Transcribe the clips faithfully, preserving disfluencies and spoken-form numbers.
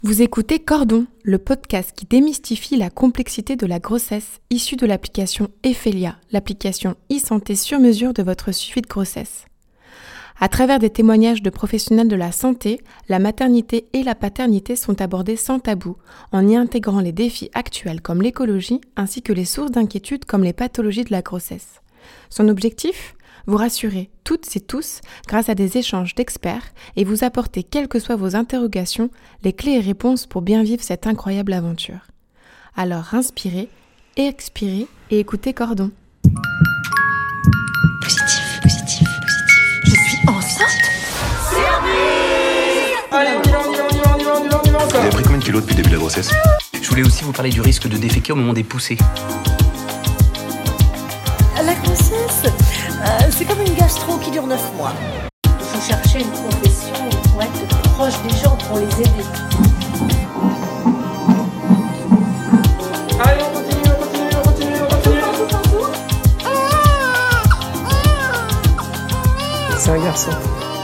Vous écoutez Cordon, le podcast qui démystifie la complexité de la grossesse issue de l'application Ephelia, l'application e-santé sur mesure de votre suivi de grossesse. À travers des témoignages de professionnels de la santé, la maternité et la paternité sont abordées sans tabou, en y intégrant les défis actuels comme l'écologie ainsi que les sources d'inquiétude comme les pathologies de la grossesse. Son objectif ? Vous rassurer toutes et tous grâce à des échanges d'experts et vous apporter, quelles que soient vos interrogations, les clés et réponses pour bien vivre cette incroyable aventure. Alors inspirez, expirez et écoutez Cordon. Positif, positif, positif. Je suis enceinte ? Service ! Allez, on y va, on y va, on y va, on y va, on y va, on y va encore. Vous avez pris combien de kilos depuis le début de la grossesse ? Je voulais aussi vous parler du risque de déféquer au moment des poussées. La grossesse, euh, c'est comme une gastro qui dure neuf mois. Il faut chercher une profession pour être proche des gens, pour les aider. Allez, on continue, on continue, on continue, on continue. Partout, partout, partout. C'est un garçon.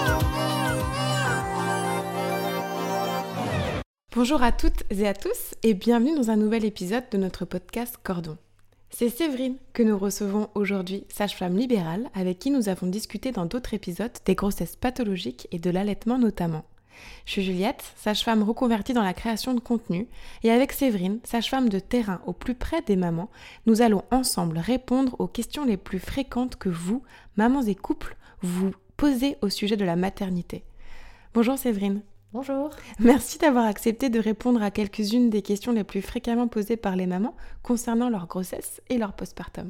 Bonjour à toutes et à tous et bienvenue dans un nouvel épisode de notre podcast Cordon. C'est Séverine que nous recevons aujourd'hui, sage-femme libérale, avec qui nous avons discuté dans d'autres épisodes des grossesses pathologiques et de l'allaitement notamment. Je suis Juliette, sage-femme reconvertie dans la création de contenu, et avec Séverine, sage-femme de terrain au plus près des mamans, nous allons ensemble répondre aux questions les plus fréquentes que vous, mamans et couples, vous posez au sujet de la maternité. Bonjour Séverine. Bonjour. Merci d'avoir accepté de répondre à quelques-unes des questions les plus fréquemment posées par les mamans concernant leur grossesse et leur postpartum.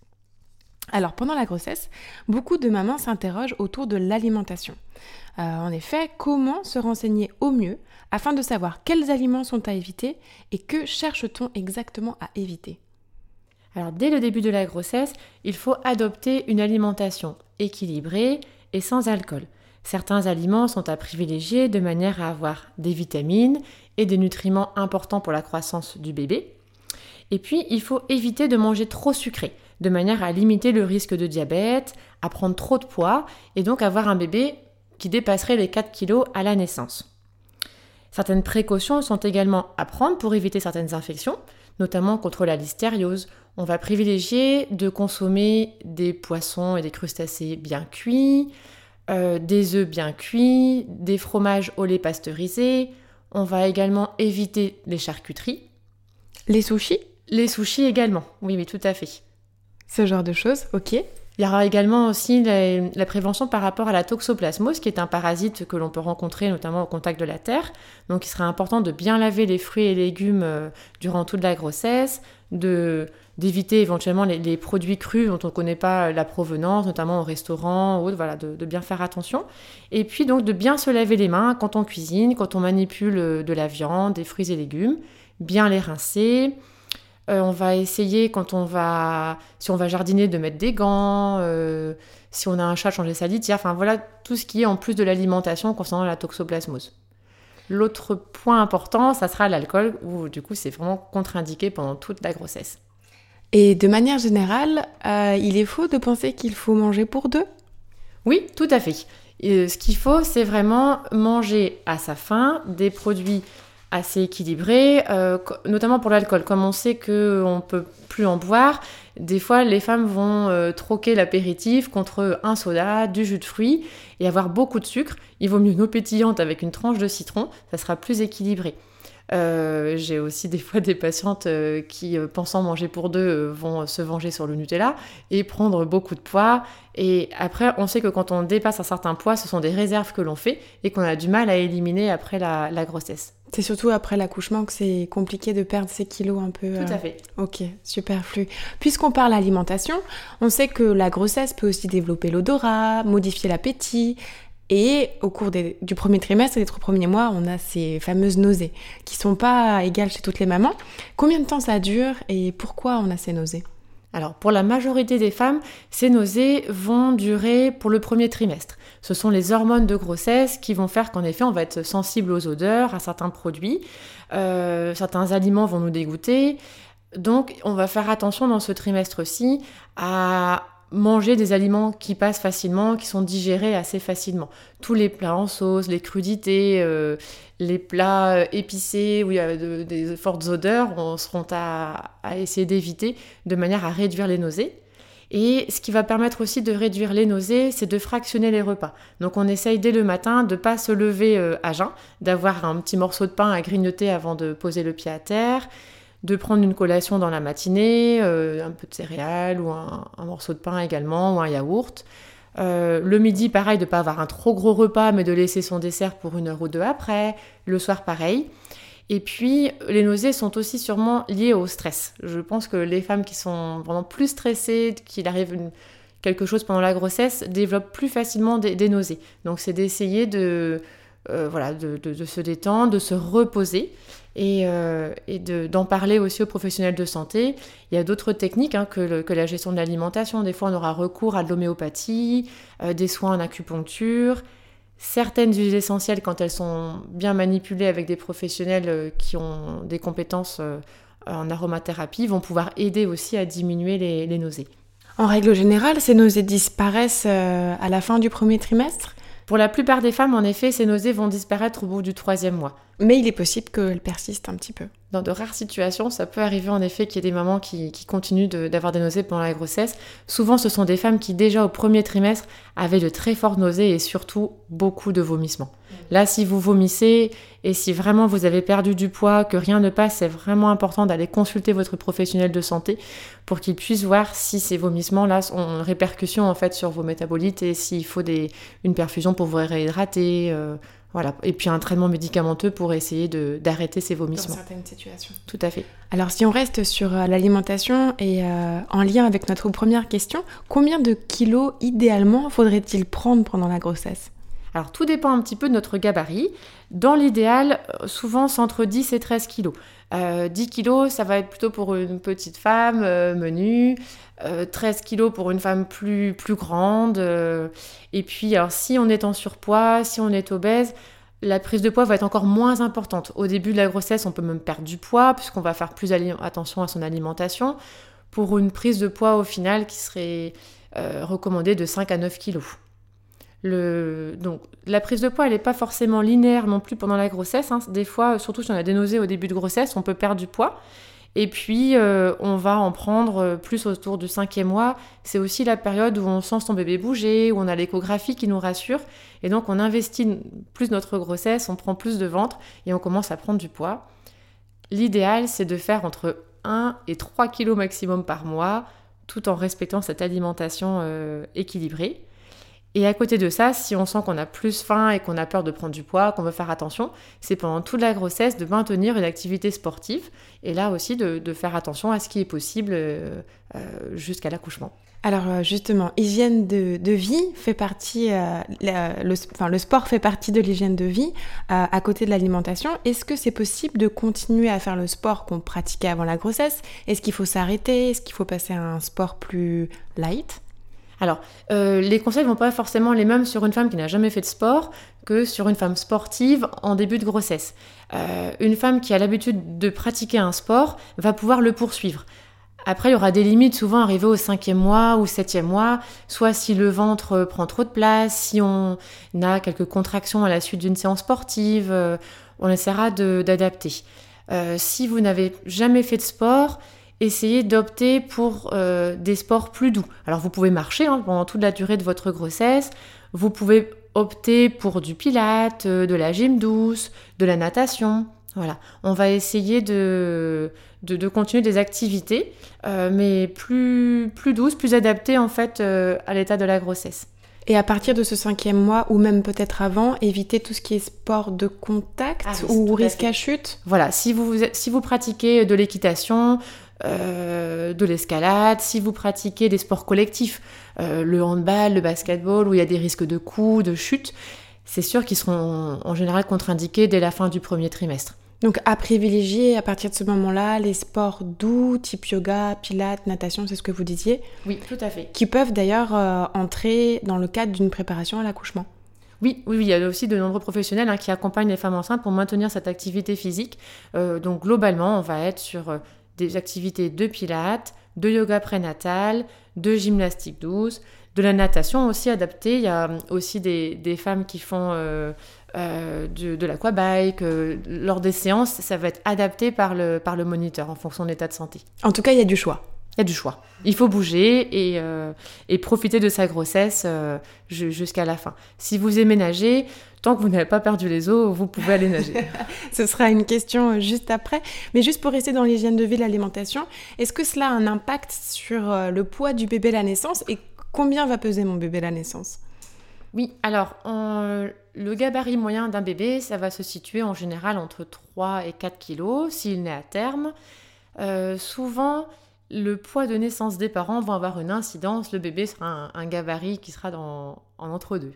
Alors, pendant la grossesse, beaucoup de mamans s'interrogent autour de l'alimentation. Euh, en effet, comment se renseigner au mieux afin de savoir quels aliments sont à éviter et que cherche-t-on exactement à éviter ? Alors, dès le début de la grossesse, il faut adopter une alimentation équilibrée et sans alcool. Certains aliments sont à privilégier de manière à avoir des vitamines et des nutriments importants pour la croissance du bébé. Et puis, il faut éviter de manger trop sucré, de manière à limiter le risque de diabète, à prendre trop de poids et donc avoir un bébé qui dépasserait les quatre kilos à la naissance. Certaines précautions sont également à prendre pour éviter certaines infections, notamment contre la listériose. On va privilégier de consommer des poissons et des crustacés bien cuits, Euh, des œufs bien cuits, des fromages au lait pasteurisé. On va également éviter les charcuteries. Les sushis ? Les sushis également, oui, oui, tout à fait. Ce genre de choses, ok. Il y aura également aussi la, la prévention par rapport à la toxoplasmose, qui est un parasite que l'on peut rencontrer notamment au contact de la terre. Donc il sera important de bien laver les fruits et légumes euh, durant toute la grossesse, de... d'éviter éventuellement les, les produits crus dont on ne connaît pas la provenance, notamment au restaurant ou autre, voilà, de, de bien faire attention. Et puis donc de bien se laver les mains quand on cuisine, quand on manipule de la viande, des fruits et légumes, bien les rincer. Euh, on va essayer quand on va, si on va jardiner, de mettre des gants, euh, si on a un chat, changer sa litière, enfin voilà tout ce qui est en plus de l'alimentation concernant la toxoplasmose. L'autre point important, ça sera l'alcool, où du coup c'est vraiment contre-indiqué pendant toute la grossesse. Et de manière générale, euh, il est faux de penser qu'il faut manger pour deux ? Oui, tout à fait. Et ce qu'il faut, c'est vraiment manger à sa faim des produits assez équilibrés, euh, notamment pour l'alcool. Comme on sait qu'on ne peut plus en boire, des fois les femmes vont euh, troquer l'apéritif contre un soda, du jus de fruits et avoir beaucoup de sucre. Il vaut mieux une eau pétillante avec une tranche de citron, ça sera plus équilibré. Euh, j'ai aussi des fois des patientes euh, qui, euh, pensant manger pour deux, euh, vont se venger sur le Nutella et prendre beaucoup de poids. Et après, on sait que quand on dépasse un certain poids, ce sont des réserves que l'on fait et qu'on a du mal à éliminer après la, la grossesse. C'est surtout après l'accouchement que c'est compliqué de perdre ces kilos un peu... Tout euh... à fait. Ok, superflu. Puisqu'on parle alimentation, on sait que la grossesse peut aussi développer l'odorat, modifier l'appétit... Et au cours des, du premier trimestre et des trois premiers mois, on a ces fameuses nausées qui ne sont pas égales chez toutes les mamans. Combien de temps ça dure et pourquoi on a ces nausées ? Alors, pour la majorité des femmes, ces nausées vont durer pour le premier trimestre. Ce sont les hormones de grossesse qui vont faire qu'en effet, on va être sensible aux odeurs, à certains produits. Euh, certains aliments vont nous dégoûter. Donc, on va faire attention dans ce trimestre-ci à manger des aliments qui passent facilement, qui sont digérés assez facilement. Tous les plats en sauce, les crudités, euh, les plats épicés où il y a de, des fortes odeurs, on seront à, à essayer d'éviter de manière à réduire les nausées. Et ce qui va permettre aussi de réduire les nausées, c'est de fractionner les repas. Donc on essaye dès le matin de ne pas se lever euh, à jeun, d'avoir un petit morceau de pain à grignoter avant de poser le pied à terre, de prendre une collation dans la matinée, euh, un peu de céréales ou un, un morceau de pain également, ou un yaourt. Euh, le midi, pareil, de ne pas avoir un trop gros repas, mais de laisser son dessert pour une heure ou deux après. Le soir, pareil. Et puis, les nausées sont aussi sûrement liées au stress. Je pense que les femmes qui sont vraiment plus stressées, qu'il arrive une, quelque chose pendant la grossesse, développent plus facilement des, des nausées. Donc, c'est d'essayer de, euh, voilà, de, de, de se détendre, de se reposer et, euh, et de, d'en parler aussi aux professionnels de santé. Il y a d'autres techniques hein, que, le, que la gestion de l'alimentation. Des fois, on aura recours à de l'homéopathie, euh, des soins en acupuncture. Certaines huiles essentielles, quand elles sont bien manipulées avec des professionnels qui ont des compétences en aromathérapie, vont pouvoir aider aussi à diminuer les, les nausées. En règle générale, ces nausées disparaissent à la fin du premier trimestre ? Pour la plupart des femmes, en effet, ces nausées vont disparaître au bout du troisième mois. Mais il est possible qu'elles persistent un petit peu. Dans de rares situations, ça peut arriver en effet qu'il y ait des mamans qui, qui continuent de, d'avoir des nausées pendant la grossesse. Souvent, ce sont des femmes qui, déjà au premier trimestre, avaient de très fortes nausées et surtout beaucoup de vomissements. Là, si vous vomissez et si vraiment vous avez perdu du poids, que rien ne passe, c'est vraiment important d'aller consulter votre professionnel de santé pour qu'il puisse voir si ces vomissements-là ont une répercussion en fait sur vos métabolites et s'il faut des, une perfusion pour vous réhydrater. Euh, Voilà. Et puis un traitement médicamenteux pour essayer de, d'arrêter ces vomissements. Dans certaines situations. Tout à fait. Alors si on reste sur euh, l'alimentation et euh, en lien avec notre première question, combien de kilos idéalement faudrait-il prendre pendant la grossesse ? Alors tout dépend un petit peu de notre gabarit. Dans l'idéal, souvent c'est entre dix et treize kilos. Euh, dix kilos, ça va être plutôt pour une petite femme euh, menue. Euh, treize kilos pour une femme plus, plus grande. Euh, et puis, alors, si on est en surpoids, si on est obèse, la prise de poids va être encore moins importante. Au début de la grossesse, on peut même perdre du poids puisqu'on va faire plus ali- attention à son alimentation pour une prise de poids au final qui serait euh, recommandée de cinq à neuf kilos. Le... Donc, la prise de poids, elle n'est pas forcément linéaire non plus pendant la grossesse. Hein. Des fois, surtout si on a des nausées au début de grossesse, on peut perdre du poids. Et puis, euh, on va en prendre plus autour du cinquième mois. C'est aussi la période où on sent son bébé bouger, où on a l'échographie qui nous rassure. Et donc, on investit plus notre grossesse, on prend plus de ventre et on commence à prendre du poids. L'idéal, c'est de faire entre un et trois kilos maximum par mois, tout en respectant cette alimentation euh, équilibrée. Et à côté de ça, si on sent qu'on a plus faim et qu'on a peur de prendre du poids, qu'on veut faire attention, c'est pendant toute la grossesse de maintenir une activité sportive et là aussi de, de faire attention à ce qui est possible euh, euh, jusqu'à l'accouchement. Alors justement, hygiène de, de vie fait partie, euh, le, le, enfin, le sport fait partie de l'hygiène de vie euh, à côté de l'alimentation. Est-ce que c'est possible de continuer à faire le sport qu'on pratiquait avant la grossesse ? Est-ce qu'il faut s'arrêter ? Est-ce qu'il faut passer à un sport plus light ? Alors, euh, les conseils ne vont pas forcément les mêmes sur une femme qui n'a jamais fait de sport que sur une femme sportive en début de grossesse. Euh, une femme qui a l'habitude de pratiquer un sport va pouvoir le poursuivre. Après, il y aura des limites souvent arrivées au cinquième mois ou septième mois, soit si le ventre prend trop de place, si on a quelques contractions à la suite d'une séance sportive, euh, on essaiera de, d'adapter. Euh, si vous n'avez jamais fait de sport, essayez d'opter pour euh, des sports plus doux. Alors vous pouvez marcher hein, pendant toute la durée de votre grossesse, vous pouvez opter pour du pilates, de la gym douce, de la natation. Voilà, on va essayer de, de, de continuer des activités, euh, mais plus, plus douces, plus adaptées en fait euh, à l'état de la grossesse. Et à partir de ce cinquième mois, ou même peut-être avant, éviter tout ce qui est sport de contact ah, oui, ou risque à, à chute. Voilà, si vous, si vous pratiquez de l'équitation, euh, de l'escalade, si vous pratiquez des sports collectifs, euh, le handball, le basketball, où il y a des risques de coups, de chutes, c'est sûr qu'ils seront en général contre-indiqués dès la fin du premier trimestre. Donc à privilégier à partir de ce moment-là les sports doux, type yoga, pilates, natation, c'est ce que vous disiez ? Oui, tout à fait. Qui peuvent d'ailleurs euh, entrer dans le cadre d'une préparation à l'accouchement. Oui, oui, oui, il y a aussi de nombreux professionnels hein, qui accompagnent les femmes enceintes pour maintenir cette activité physique. Euh, donc globalement, on va être sur euh, des activités de pilates, de yoga prénatal, de gymnastique douce, de la natation aussi adaptée. Il y a aussi des, des femmes qui font euh, euh, de, de l'aquabike. Euh, lors des séances, ça va être adapté par le, par le moniteur en fonction de l'état de santé. En tout cas, il y a du choix. Il y a du choix. Il faut bouger et, euh, et profiter de sa grossesse euh, jusqu'à la fin. Si vous aimez nager, tant que vous n'avez pas perdu les os, vous pouvez aller nager. Ce sera une question juste après. Mais juste pour rester dans l'hygiène de vie et l'alimentation, est-ce que cela a un impact sur euh, le poids du bébé à la naissance et combien va peser mon bébé à la naissance ? Oui, alors on, le gabarit moyen d'un bébé, ça va se situer en général entre trois et quatre kilos s'il naît à terme. Euh, souvent, le poids de naissance des parents va avoir une incidence. Le bébé sera un, un gabarit qui sera dans, en entre-deux.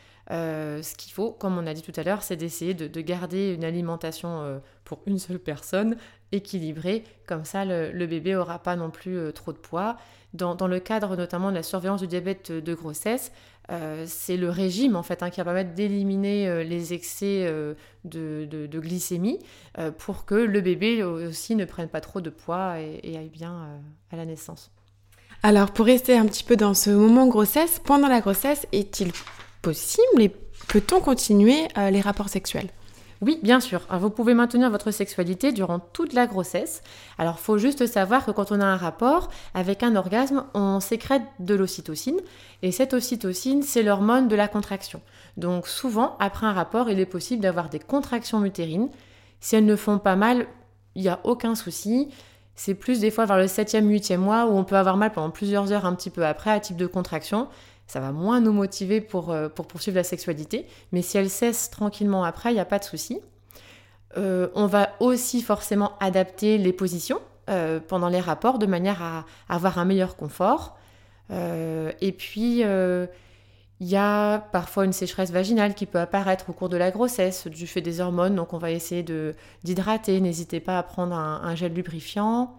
Euh, ce qu'il faut, comme on a dit tout à l'heure, c'est d'essayer de, de garder une alimentation euh, pour une seule personne équilibrée. Comme ça, le, le bébé n'aura pas non plus euh, trop de poids. Dans, dans le cadre notamment de la surveillance du diabète de grossesse, euh, c'est le régime en fait hein, qui va permettre d'éliminer euh, les excès euh, de, de, de glycémie euh, pour que le bébé aussi ne prenne pas trop de poids et, et aille bien euh, à la naissance. Alors, pour rester un petit peu dans ce moment grossesse, pendant la grossesse, est-il possible et peut-on continuer euh, les rapports sexuels ? Oui, bien sûr. Vous pouvez maintenir votre sexualité durant toute la grossesse. Alors, il faut juste savoir que quand on a un rapport avec un orgasme, on sécrète de l'ocytocine. Et cette ocytocine, c'est l'hormone de la contraction. Donc, souvent, après un rapport, il est possible d'avoir des contractions utérines. Si elles ne font pas mal, il n'y a aucun souci. C'est plus des fois vers le septième, huitième mois où on peut avoir mal pendant plusieurs heures un petit peu après à type de contraction. Ça va moins nous motiver pour, euh, pour poursuivre la sexualité. Mais si elle cesse tranquillement après, il n'y a pas de souci. Euh, on va aussi forcément adapter les positions euh, pendant les rapports de manière à, à avoir un meilleur confort. Euh, et puis, il euh, y a parfois une sécheresse vaginale qui peut apparaître au cours de la grossesse du fait des hormones. Donc, on va essayer de, d'hydrater. N'hésitez pas à prendre un, un gel lubrifiant.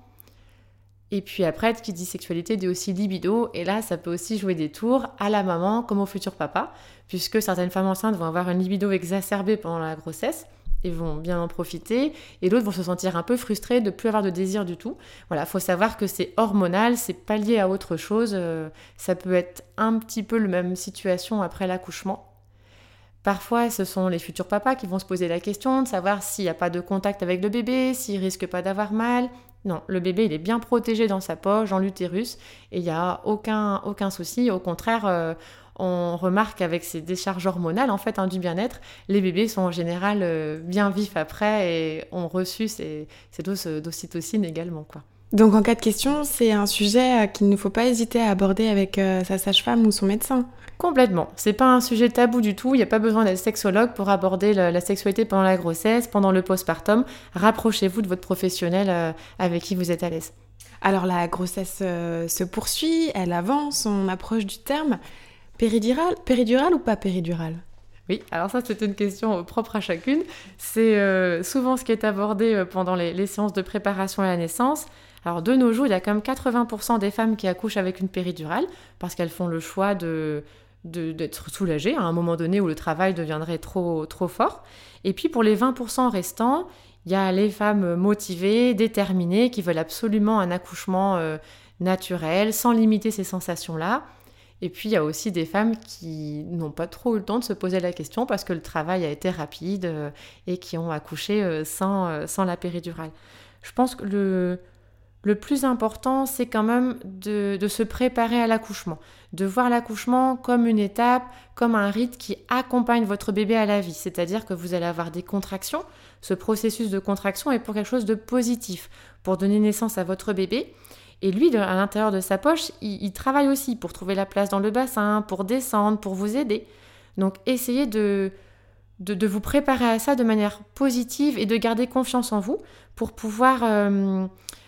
Et puis après, qui dit sexualité dit aussi libido. Et là, ça peut aussi jouer des tours à la maman comme au futur papa, puisque certaines femmes enceintes vont avoir une libido exacerbée pendant la grossesse et vont bien en profiter. Et d'autres vont se sentir un peu frustrées de ne plus avoir de désir du tout. Voilà, il faut savoir que c'est hormonal, c'est pas lié à autre chose. Euh, ça peut être un petit peu la même situation après l'accouchement. Parfois, ce sont les futurs papas qui vont se poser la question de savoir s'il n'y a pas de contact avec le bébé, s'il risque pas d'avoir mal. Non, le bébé, il est bien protégé dans sa poche, dans l'utérus, et il n'y a aucun, aucun souci. Au contraire, euh, on remarque avec ces décharges hormonales, en fait, hein, du bien-être, les bébés sont en général euh, bien vifs après et ont reçu ces, ces doses d'ocytocine également, quoi. Donc, en cas de question, c'est un sujet qu'il ne faut pas hésiter à aborder avec euh, sa sage-femme ou son médecin. Complètement. C'est pas un sujet tabou du tout. Il n'y a pas besoin d'être sexologue pour aborder la, la sexualité pendant la grossesse, pendant le postpartum. Rapprochez-vous de votre professionnel euh, avec qui vous êtes à l'aise. Alors, la grossesse euh, se poursuit, elle avance, on approche du terme. Péridurale, péridurale ou pas péridurale ? Oui, alors ça, c'est une question propre à chacune. C'est euh, souvent ce qui est abordé pendant les, les séances de préparation à la naissance. Alors, de nos jours, il y a quand même quatre-vingts pour cent des femmes qui accouchent avec une péridurale parce qu'elles font le choix de, de, d'être soulagées à un moment donné où le travail deviendrait trop, trop fort. Et puis, pour les vingt pour cent restants, il y a les femmes motivées, déterminées, qui veulent absolument un accouchement euh, naturel, sans limiter ces sensations-là. Et puis, il y a aussi des femmes qui n'ont pas trop eu le temps de se poser la question parce que le travail a été rapide euh, et qui ont accouché euh, sans, euh, sans la péridurale. Je pense que le... Le plus important, c'est quand même de, de se préparer à l'accouchement, de voir l'accouchement comme une étape, comme un rite qui accompagne votre bébé à la vie. C'est-à-dire que vous allez avoir des contractions. Ce processus de contraction est pour quelque chose de positif, pour donner naissance à votre bébé. Et lui, à l'intérieur de sa poche, il, il travaille aussi pour trouver la place dans le bassin, pour descendre, pour vous aider. Donc, essayez de... De, de vous préparer à ça de manière positive et de garder confiance en vous pour pouvoir... Euh,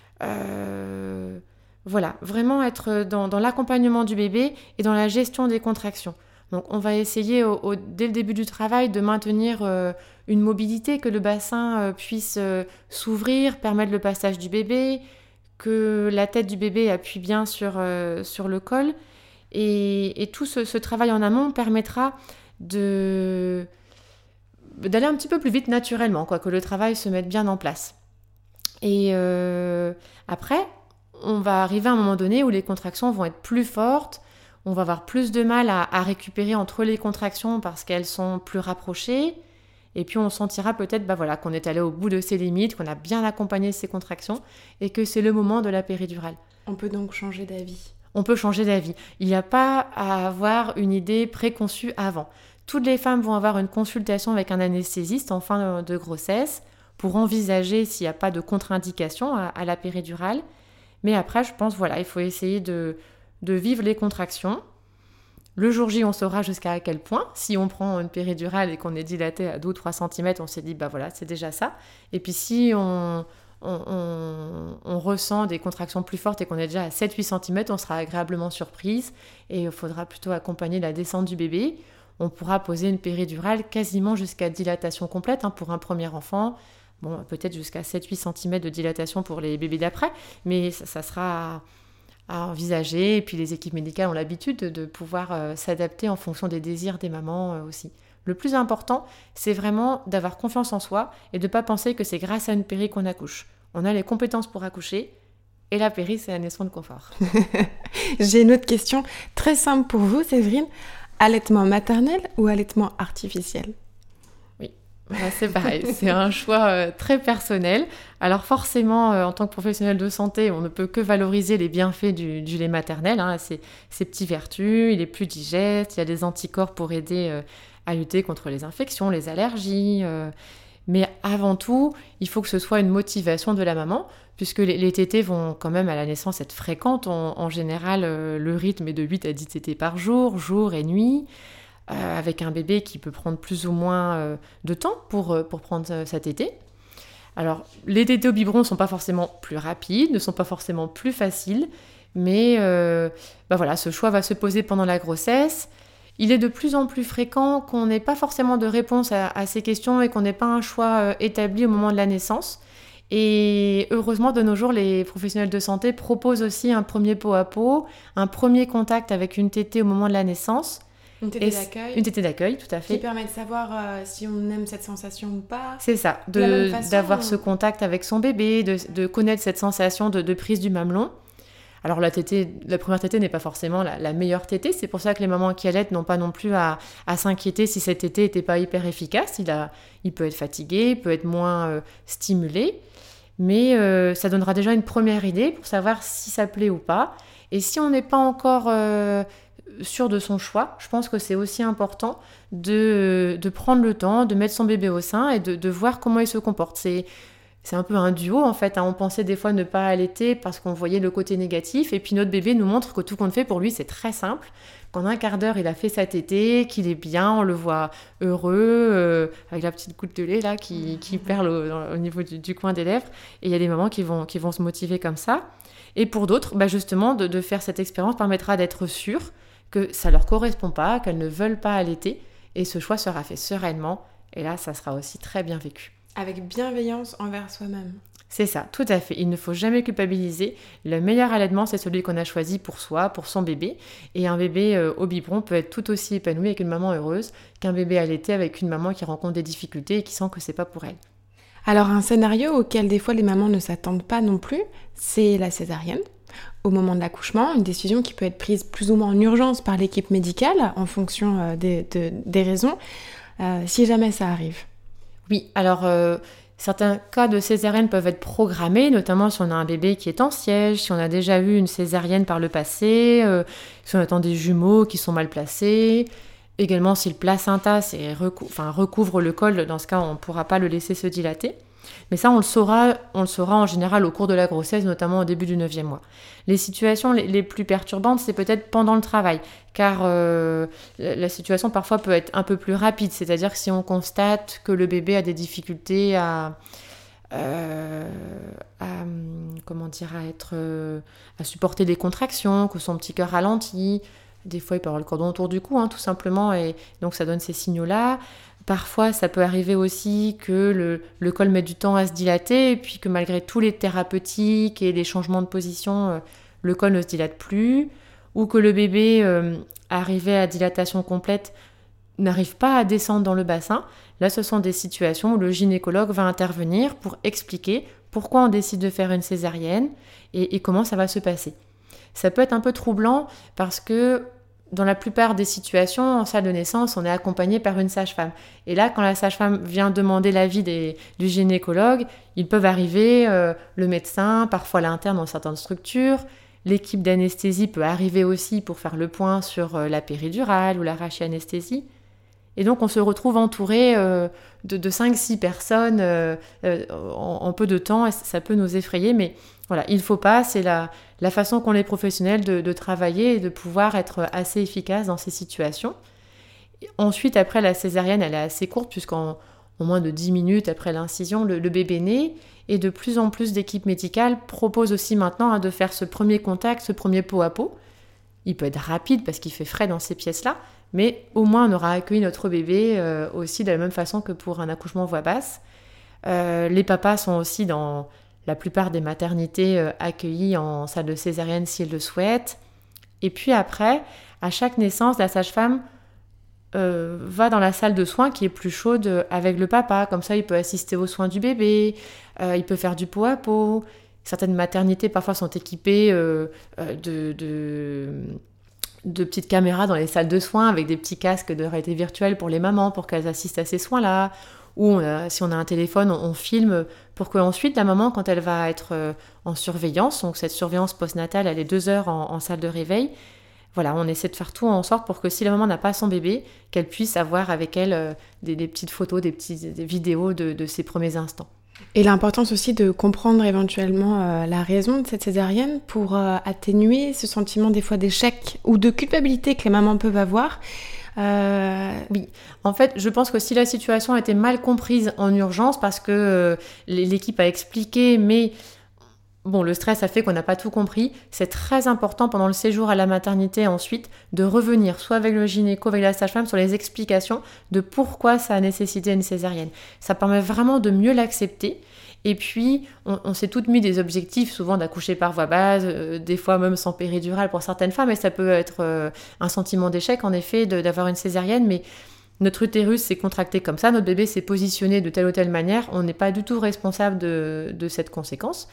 Euh, voilà, vraiment être dans, dans l'accompagnement du bébé et dans la gestion des contractions. Donc on va essayer au, au, dès le début du travail de maintenir euh, une mobilité, que le bassin euh, puisse euh, s'ouvrir, permettre le passage du bébé, que la tête du bébé appuie bien sur, euh, sur le col. Et, et tout ce, ce travail en amont permettra de, d'aller un petit peu plus vite naturellement, quoi, que le travail se mette bien en place. Et euh, après, on va arriver à un moment donné où les contractions vont être plus fortes, on va avoir plus de mal à, à récupérer entre les contractions parce qu'elles sont plus rapprochées. Et puis on sentira peut-être bah voilà, qu'on est allé au bout de ses limites, qu'on a bien accompagné ces contractions et que c'est le moment de la péridurale. On peut donc changer d'avis. On peut changer d'avis. Il n'y a pas à avoir une idée préconçue avant. Toutes les femmes vont avoir une consultation avec un anesthésiste en fin de grossesse pour envisager s'il n'y a pas de contre-indication à, à la péridurale. Mais après, je pense, voilà, il faut essayer de, de vivre les contractions. Le jour J, on saura jusqu'à quel point. Si on prend une péridurale et qu'on est dilaté à deux ou trois centimètres, on s'est dit, bah voilà, c'est déjà ça. Et puis si on, on, on, on ressent des contractions plus fortes et qu'on est déjà à sept à huit centimètres, on sera agréablement surprise. Et il faudra plutôt accompagner la descente du bébé. On pourra poser une péridurale quasiment jusqu'à dilatation complète hein, pour un premier enfant. Bon, peut-être jusqu'à sept à huit centimètres de dilatation pour les bébés d'après, mais ça, ça sera... à envisager, et puis les équipes médicales ont l'habitude de, de pouvoir euh, s'adapter en fonction des désirs des mamans euh, aussi. Le plus important, c'est vraiment d'avoir confiance en soi et de ne pas penser que c'est grâce à une péri qu'on accouche. On a les compétences pour accoucher, et la péri, c'est un instant de confort. J'ai une autre question très simple pour vous, Séverine. Allaitement maternel ou allaitement artificiel ? Ben, c'est pareil, c'est un choix euh, très personnel. Alors forcément, euh, en tant que professionnel de santé, on ne peut que valoriser les bienfaits du, du lait maternel, hein, ses, ses petites vertus, il est plus digeste, il y a des anticorps pour aider euh, à lutter contre les infections, les allergies. Euh, mais avant tout, il faut que ce soit une motivation de la maman, puisque les, les tétées vont quand même à la naissance être fréquentes. En, en général, euh, le rythme est de huit à dix tétées par jour, jour et nuit. Euh, avec un bébé qui peut prendre plus ou moins euh, de temps pour, euh, pour prendre euh, sa tétée. Alors, les tétées au biberon ne sont pas forcément plus rapides, ne sont pas forcément plus faciles, mais euh, bah voilà, ce choix va se poser pendant la grossesse. Il est de plus en plus fréquent qu'on n'ait pas forcément de réponse à, à ces questions et qu'on n'ait pas un choix euh, établi au moment de la naissance. Et heureusement, de nos jours, les professionnels de santé proposent aussi un premier pot à pot, un premier contact avec une tétée au moment de la naissance. Une tétée d'accueil. Une tétée d'accueil, tout à fait. Qui permet de savoir euh, si on aime cette sensation ou pas. C'est ça, de, de la même façon, d'avoir on... ce contact avec son bébé, de, de connaître cette sensation de, de prise du mamelon. Alors la tétée, la première tétée n'est pas forcément la, la meilleure tétée, c'est pour ça que les mamans qui allaitent n'ont pas non plus à, à s'inquiéter si cette tétée n'était pas hyper efficace. Il, a, il peut être fatigué, il peut être moins euh, stimulé, mais euh, ça donnera déjà une première idée pour savoir si ça plaît ou pas. Et si on n'est pas encore... Euh, sûr de son choix, je pense que c'est aussi important de, de prendre le temps, de mettre son bébé au sein et de, de voir comment il se comporte. C'est, c'est un peu un duo en fait, hein. On pensait des fois ne pas allaiter parce qu'on voyait le côté négatif et puis notre bébé nous montre que tout compte fait pour lui c'est très simple. Qu'en un quart d'heure il a fait sa tétée, qu'il est bien, on le voit heureux, euh, avec la petite goutte de lait là qui, qui perle au, dans, au niveau du, du coin des lèvres, et il y a des mamans qui vont, qui vont se motiver comme ça. Et pour d'autres, bah justement de, de faire cette expérience permettra d'être sûr que ça ne leur correspond pas, qu'elles ne veulent pas allaiter, et ce choix sera fait sereinement, et là, ça sera aussi très bien vécu. Avec bienveillance envers soi-même. C'est ça, tout à fait. Il ne faut jamais culpabiliser. Le meilleur allaitement, c'est celui qu'on a choisi pour soi, pour son bébé, et un bébé euh, au biberon peut être tout aussi épanoui avec une maman heureuse qu'un bébé allaité avec une maman qui rencontre des difficultés et qui sent que c'est pas pour elle. Alors, un scénario auquel des fois les mamans ne s'attendent pas non plus, c'est la césarienne. Au moment de l'accouchement, une décision qui peut être prise plus ou moins en urgence par l'équipe médicale en fonction euh, des, de, des raisons, euh, si jamais ça arrive. Oui, alors euh, certains cas de césarienne peuvent être programmés, notamment si on a un bébé qui est en siège, si on a déjà eu une césarienne par le passé, euh, si on attend des jumeaux qui sont mal placés. Également, si le placenta c'est recou- enfin, recouvre le col, dans ce cas, on ne pourra pas le laisser se dilater. Mais ça, on le saura, on le saura en général au cours de la grossesse, notamment au début du neuvième mois. Les situations les, les plus perturbantes, c'est peut-être pendant le travail, car euh, la situation parfois peut être un peu plus rapide, c'est-à-dire que si on constate que le bébé a des difficultés à, euh, à comment dire, à être, euh, à supporter des contractions, que son petit cœur ralentit, des fois il peut avoir le cordon autour du cou, hein, tout simplement, et donc ça donne ces signaux-là. Parfois, ça peut arriver aussi que le, le col met du temps à se dilater et puis que malgré tous les thérapeutiques et les changements de position, euh, le col ne se dilate plus, ou que le bébé, euh, arrivé à dilatation complète, n'arrivent pas à descendre dans le bassin. Là, ce sont des situations où le gynécologue va intervenir pour expliquer pourquoi on décide de faire une césarienne et, et comment ça va se passer. Ça peut être un peu troublant parce que dans la plupart des situations, en salle de naissance, on est accompagné par une sage-femme. Et là, quand la sage-femme vient demander l'avis des, du gynécologue, ils peuvent arriver, euh, le médecin, parfois l'interne dans certaines structures. L'équipe d'anesthésie peut arriver aussi pour faire le point sur euh, la péridurale ou la rachianesthésie. Et donc, on se retrouve entouré euh, de, de cinq six personnes euh, euh, en, en peu de temps, et ça peut nous effrayer, mais voilà, il ne faut pas, c'est la, la façon qu'ont les professionnels de, de travailler et de pouvoir être assez efficace dans ces situations. Et ensuite, après la césarienne, elle est assez courte, puisqu'en en moins de dix minutes après l'incision, le, le bébé naît, et de plus en plus d'équipes médicales proposent aussi maintenant hein, de faire ce premier contact, ce premier pot à pot. Il peut être rapide parce qu'il fait frais dans ces pièces-là, mais au moins on aura accueilli notre bébé euh, aussi de la même façon que pour un accouchement voix basse. Euh, les papas sont aussi dans la plupart des maternités euh, accueillis en salle de césarienne s'ils le souhaitent. Et puis après, à chaque naissance, la sage-femme euh, va dans la salle de soins qui est plus chaude avec le papa. Comme ça, il peut assister aux soins du bébé, euh, il peut faire du pot à pot. Certaines maternités parfois sont équipées euh, de... de de petites caméras dans les salles de soins avec des petits casques de réalité virtuelle pour les mamans pour qu'elles assistent à ces soins-là. Ou on a, si on a un téléphone, on, on filme pour qu'ensuite la maman, quand elle va être euh, en surveillance, donc cette surveillance postnatale, elle est deux heures en, en salle de réveil. Voilà, on essaie de faire tout en sorte pour que si la maman n'a pas son bébé, qu'elle puisse avoir avec elle euh, des, des petites photos, des petites des vidéos de, de ses premiers instants. Et l'importance aussi de comprendre éventuellement euh, la raison de cette césarienne pour euh, atténuer ce sentiment des fois d'échec ou de culpabilité que les mamans peuvent avoir. Euh... Oui, en fait, je pense que si la situation a été mal comprise en urgence parce que euh, l'équipe a expliqué, mais bon, le stress a fait qu'on n'a pas tout compris, c'est très important pendant le séjour à la maternité ensuite de revenir soit avec le gynéco, avec la sage-femme sur les explications de pourquoi ça a nécessité une césarienne. Ça permet vraiment de mieux l'accepter. Et puis, on, on s'est toutes mis des objectifs, souvent d'accoucher par voie basse, euh, des fois même sans péridurale pour certaines femmes, et ça peut être euh, un sentiment d'échec, en effet, de, d'avoir une césarienne, mais notre utérus s'est contracté comme ça, notre bébé s'est positionné de telle ou telle manière, on n'est pas du tout responsable de, de cette conséquence.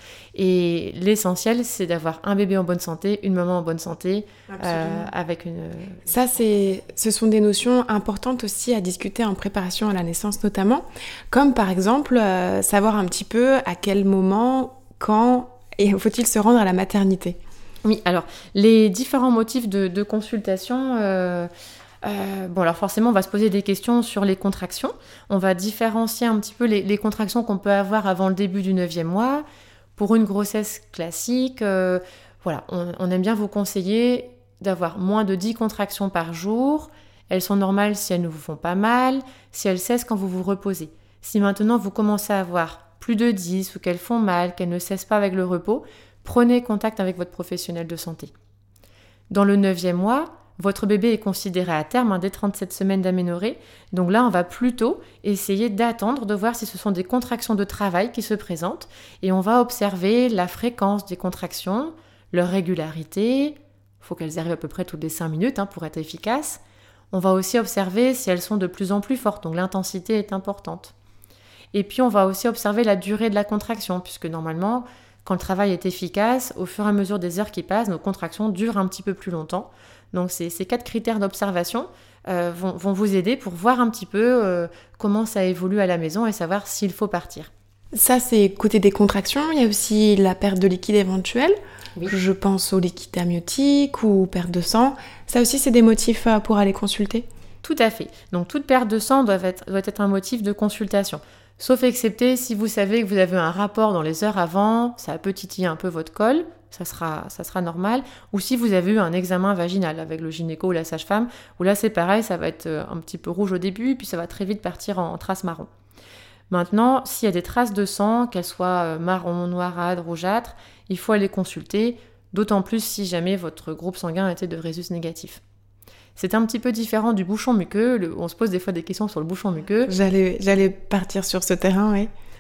Et l'essentiel, c'est d'avoir un bébé en bonne santé, une maman en bonne santé, euh, avec une... Ça, c'est, ce sont des notions importantes aussi à discuter en préparation à la naissance notamment, comme par exemple euh, savoir un petit peu à quel moment, quand et faut-il se rendre à la maternité. Oui, alors, les différents motifs de, de consultation... Euh, Euh, bon, alors forcément, on va se poser des questions sur les contractions. On va différencier un petit peu les, les contractions qu'on peut avoir avant le début du neuvième mois. Pour une grossesse classique, euh, voilà, on, on aime bien vous conseiller d'avoir moins de dix contractions par jour. Elles sont normales si elles ne vous font pas mal, si elles cessent quand vous vous reposez. Si maintenant vous commencez à avoir plus de dix ou qu'elles font mal, qu'elles ne cessent pas avec le repos, prenez contact avec votre professionnel de santé. Dans le neuvième mois, votre bébé est considéré à terme hein, dès trente-sept semaines d'aménorrhée. Donc là, on va plutôt essayer d'attendre, de voir si ce sont des contractions de travail qui se présentent. Et on va observer la fréquence des contractions, leur régularité. Il faut qu'elles arrivent à peu près toutes les cinq minutes hein, pour être efficaces. On va aussi observer si elles sont de plus en plus fortes. Donc l'intensité est importante. Et puis, on va aussi observer la durée de la contraction, puisque normalement, quand le travail est efficace, au fur et à mesure des heures qui passent, nos contractions durent un petit peu plus longtemps. Donc ces, ces quatre critères d'observation euh, vont, vont vous aider pour voir un petit peu euh, comment ça évolue à la maison et savoir s'il faut partir. Ça, c'est côté des contractions. Il y a aussi la perte de liquide éventuelle. Oui. Je pense au liquide amniotique ou perte de sang. Ça aussi, c'est des motifs pour aller consulter. Tout à fait. Donc toute perte de sang doit être, doit être un motif de consultation. Sauf excepté si vous savez que vous avez un rapport dans les heures avant, ça peut titiller un peu votre col, ça sera, ça sera normal. Ou si vous avez eu un examen vaginal avec le gynéco ou la sage-femme, où là c'est pareil, ça va être un petit peu rouge au début, puis ça va très vite partir en, en traces marron. Maintenant, s'il y a des traces de sang, qu'elles soient marron, noirâtres, rougeâtres, il faut aller consulter, d'autant plus si jamais votre groupe sanguin était de rhésus négatif. C'est un petit peu différent du bouchon muqueux. Le, on se pose des fois des questions sur le bouchon muqueux. J'allais, j'allais partir sur ce terrain, oui.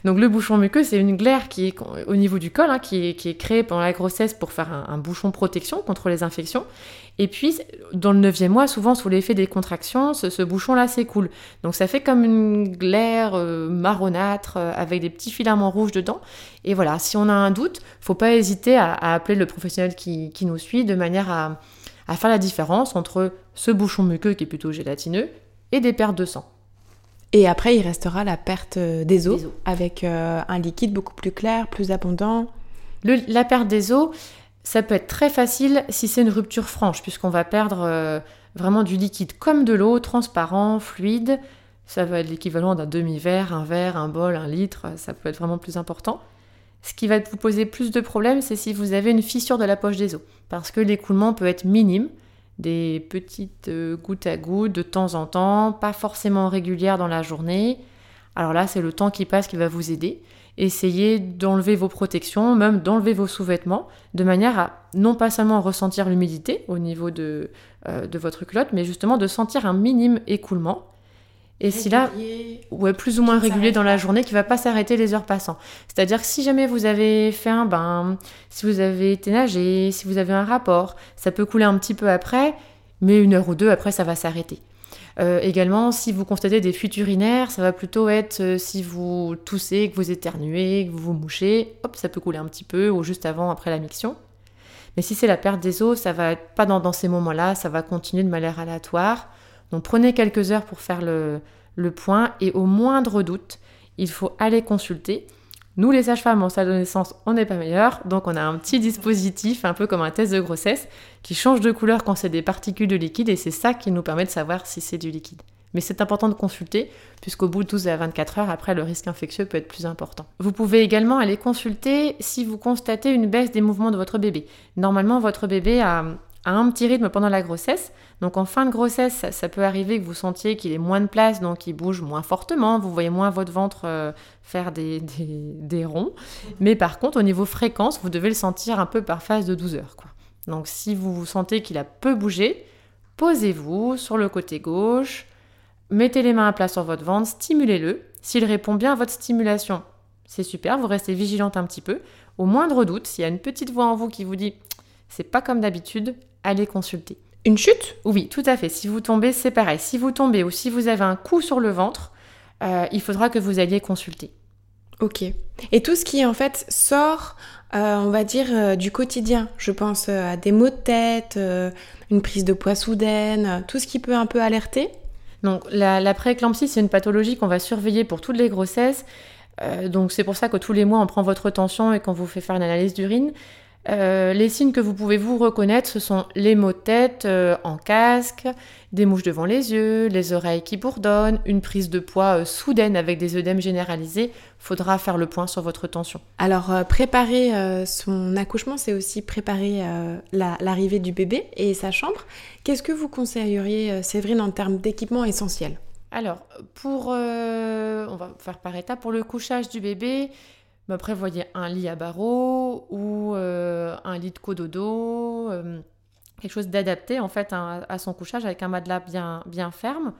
Donc le bouchon muqueux, c'est une glaire qui est au niveau du col, hein, qui, est, qui est créée pendant la grossesse pour faire un, un bouchon protection contre les infections. Et puis, dans le neuvième mois, souvent sous l'effet des contractions, ce, ce bouchon-là s'écoule. Donc ça fait comme une glaire euh, marronâtre euh, avec des petits filaments rouges dedans. Et voilà, si on a un doute, faut pas hésiter à, à appeler le professionnel qui, qui nous suit de manière à, à faire la différence entre ce bouchon muqueux qui est plutôt gélatineux et des pertes de sang. Et après, il restera la perte des os, Des os. avec euh, un liquide beaucoup plus clair, plus abondant. Le, la perte des os, ça peut être très facile si c'est une rupture franche, puisqu'on va perdre euh, vraiment du liquide comme de l'eau, transparent, fluide. Ça va être l'équivalent d'un demi-verre, un verre, un bol, un litre, ça peut être vraiment plus important. Ce qui va vous poser plus de problèmes, c'est si vous avez une fissure de la poche des os, parce que l'écoulement peut être minime, des petites euh, gouttes à gouttes de temps en temps, pas forcément régulières dans la journée. Alors là, c'est le temps qui passe qui va vous aider. Essayez d'enlever vos protections, même d'enlever vos sous-vêtements, de manière à non pas seulement ressentir l'humidité au niveau de, euh, de votre culotte, mais justement de sentir un minime écoulement. Et si là, ouais, plus ou moins régulier dans la journée, qui ne va pas s'arrêter les heures passant. C'est-à-dire que si jamais vous avez fait un bain, si vous avez été nager, si vous avez un rapport, ça peut couler un petit peu après, mais une heure ou deux après, ça va s'arrêter. Euh, également, si vous constatez des fuites urinaires, ça va plutôt être euh, si vous toussez, que vous éternuez, que vous vous mouchez, hop, ça peut couler un petit peu, ou juste avant, après la miction. Mais si c'est la perte des os, ça va être pas dans, dans ces moments-là, ça va continuer de manière aléatoire. Donc prenez quelques heures pour faire le, le point, et au moindre doute, il faut aller consulter. Nous, les sages-femmes en salle de naissance, on n'est pas meilleurs, donc on a un petit dispositif, un peu comme un test de grossesse, qui change de couleur quand c'est des particules de liquide, et c'est ça qui nous permet de savoir si c'est du liquide. Mais c'est important de consulter, puisqu'au bout de douze à vingt-quatre heures, après, le risque infectieux peut être plus important. Vous pouvez également aller consulter si vous constatez une baisse des mouvements de votre bébé. Normalement, votre bébé a, a un petit rythme pendant la grossesse, donc en fin de grossesse, ça, ça peut arriver que vous sentiez qu'il ait moins de place, donc qu'il bouge moins fortement, vous voyez moins votre ventre euh, faire des, des, des ronds, mais par contre, au niveau fréquence, vous devez le sentir un peu par phase de douze heures, quoi. Donc si vous sentez qu'il a peu bougé, posez-vous sur le côté gauche, mettez les mains à plat sur votre ventre, stimulez-le. S'il répond bien à votre stimulation, c'est super, vous restez vigilante un petit peu. Au moindre doute, s'il y a une petite voix en vous qui vous dit « c'est pas comme d'habitude », allez consulter. Une chute ? Oui, tout à fait. Si vous tombez, c'est pareil. Si vous tombez ou si vous avez un coup sur le ventre, euh, il faudra que vous alliez consulter. Ok. Et tout ce qui, en fait, sort, euh, on va dire, euh, du quotidien. Je pense euh, à des maux de tête, euh, une prise de poids soudaine, euh, tout ce qui peut un peu alerter. Donc, la, la prééclampsie, c'est une pathologie qu'on va surveiller pour toutes les grossesses. Euh, donc, c'est pour ça que tous les mois, on prend votre tension et qu'on vous fait faire une analyse d'urine. Euh, les signes que vous pouvez vous reconnaître, ce sont les maux de tête euh, en casque, des mouches devant les yeux, les oreilles qui bourdonnent, une prise de poids euh, soudaine avec des œdèmes généralisés. Faudra faire le point sur votre tension. Alors, euh, préparer euh, son accouchement, c'est aussi préparer euh, la, l'arrivée du bébé et sa chambre. Qu'est-ce que vous conseilleriez, euh, Séverine, en termes d'équipement essentiel ? Alors, pour, euh, on va faire par étapes. Pour le couchage du bébé, bah, prévoyez un lit à barreaux ou euh, un lit de cododo, euh, quelque chose d'adapté en fait à, à son couchage avec un matelas bien, bien ferme.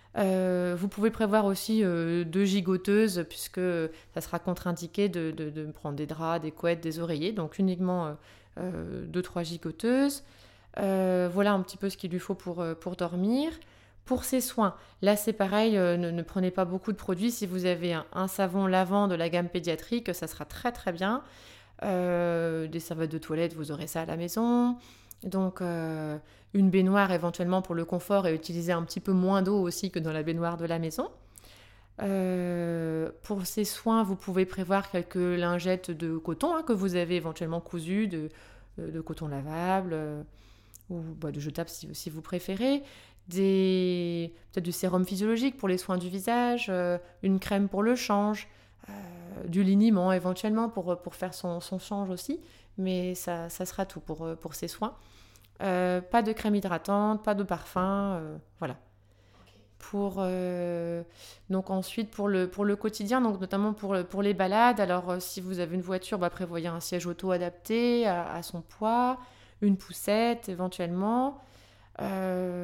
Euh, vous pouvez prévoir aussi euh, deux gigoteuses puisque ça sera contre-indiqué de, de, de prendre des draps, des couettes, des oreillers, donc uniquement euh, euh, deux trois gigoteuses. Euh, voilà un petit peu ce qu'il lui faut pour, pour dormir. Pour ses soins, là c'est pareil, euh, ne, ne prenez pas beaucoup de produits. Si vous avez un, un savon lavant de la gamme pédiatrique, ça sera très très bien. Euh, des serviettes de toilette, vous aurez ça à la maison. Donc euh, une baignoire éventuellement pour le confort et utiliser un petit peu moins d'eau aussi que dans la baignoire de la maison. Euh, pour ces soins, vous pouvez prévoir quelques lingettes de coton hein, que vous avez éventuellement cousues, de, de coton lavable euh, ou bah, de jetable si, si vous préférez. Des, peut-être du sérum physiologique pour les soins du visage, euh, une crème pour le change, euh, du liniment éventuellement pour, pour faire son, son change aussi, mais ça, ça sera tout pour, pour ces soins. Euh, pas de crème hydratante, pas de parfum, euh, voilà. Pour, euh, donc ensuite pour le, pour le quotidien, donc notamment pour, pour les balades, alors euh, si vous avez une voiture, bah, prévoyez un siège auto adapté à, à son poids, une poussette éventuellement. Euh,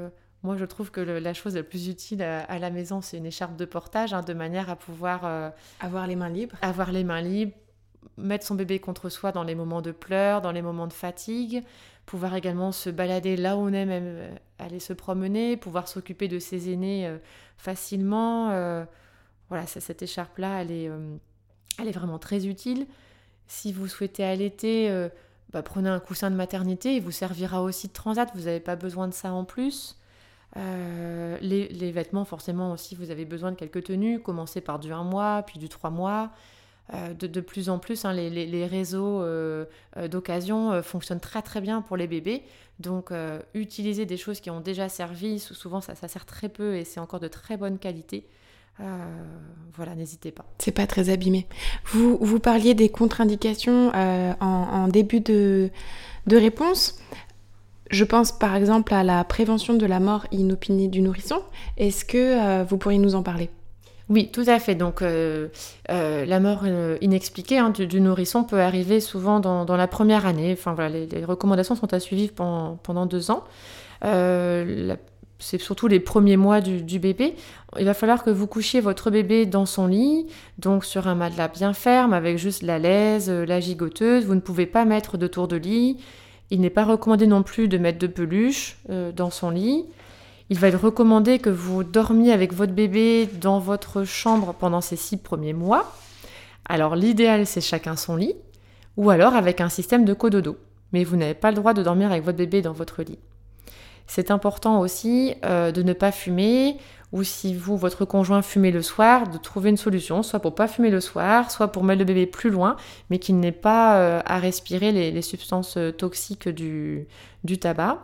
Moi, je trouve que le, la chose la plus utile à, à la maison, c'est une écharpe de portage, hein, de manière à pouvoir euh, avoir les mains libres. Avoir les mains libres, mettre son bébé contre soi dans les moments de pleurs, dans les moments de fatigue, pouvoir également se balader là où on aime, même aller se promener, pouvoir s'occuper de ses aînés euh, facilement. Euh, voilà, ça, cette écharpe-là, elle est, euh, elle est vraiment très utile. Si vous souhaitez allaiter, euh, bah, prenez un coussin de maternité, il vous servira aussi de transat, vous n'avez pas besoin de ça en plus. Euh, les, les vêtements, forcément aussi, vous avez besoin de quelques tenues, commencez par du un mois, puis du trois mois. Euh, de, de plus en plus, hein, les, les, les réseaux euh, euh, d'occasion euh, fonctionnent très très bien pour les bébés. Donc, euh, utiliser des choses qui ont déjà servi, souvent ça, ça sert très peu et c'est encore de très bonne qualité. Euh, voilà, n'hésitez pas. C'est pas très abîmé. Vous, vous parliez des contre-indications euh, en, en début de, de réponse. Je pense par exemple à la prévention de la mort inopinée du nourrisson. Est-ce que euh, vous pourriez nous en parler ? Oui, tout à fait. Donc, euh, euh, la mort euh, inexpliquée hein, du, du nourrisson peut arriver souvent dans, dans la première année. Enfin, voilà, les, les recommandations sont à suivre pendant, pendant deux ans. Euh, la C'est surtout les premiers mois du, du bébé. Il va falloir que vous couchiez votre bébé dans son lit, donc sur un matelas bien ferme, avec juste la laise, la gigoteuse. Vous ne pouvez pas mettre de tour de lit. Il n'est pas recommandé non plus de mettre de peluche euh, dans son lit. Il va être recommandé que vous dormiez avec votre bébé dans votre chambre pendant ces six premiers mois. Alors l'idéal, c'est chacun son lit, ou alors avec un système de cododo. Mais vous n'avez pas le droit de dormir avec votre bébé dans votre lit. C'est important aussi euh, de ne pas fumer, ou si vous, votre conjoint, fumez le soir, de trouver une solution, soit pour ne pas fumer le soir, soit pour mettre le bébé plus loin, mais qu'il n'ait pas euh, à respirer les, les substances toxiques du, du tabac.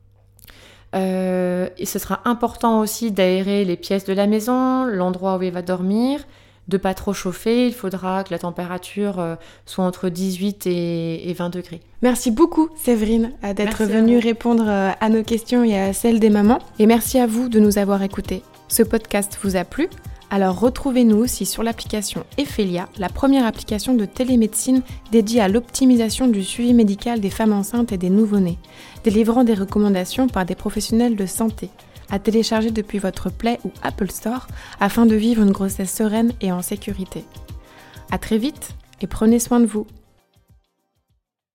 Euh, et ce sera important aussi d'aérer les pièces de la maison, l'endroit où il va dormir, de ne pas trop chauffer. Il faudra que la température euh, soit entre dix-huit et, et vingt degrés. Merci beaucoup Séverine d'être Merci venue répondre à nos questions et à celles des mamans. Et merci à vous de nous avoir écoutés. Ce podcast vous a plu ? Alors retrouvez-nous aussi sur l'application Ephelia, la première application de télémédecine dédiée à l'optimisation du suivi médical des femmes enceintes et des nouveau-nés, délivrant des recommandations par des professionnels de santé, à télécharger depuis votre Play ou Apple Store afin de vivre une grossesse sereine et en sécurité. À très vite et prenez soin de vous.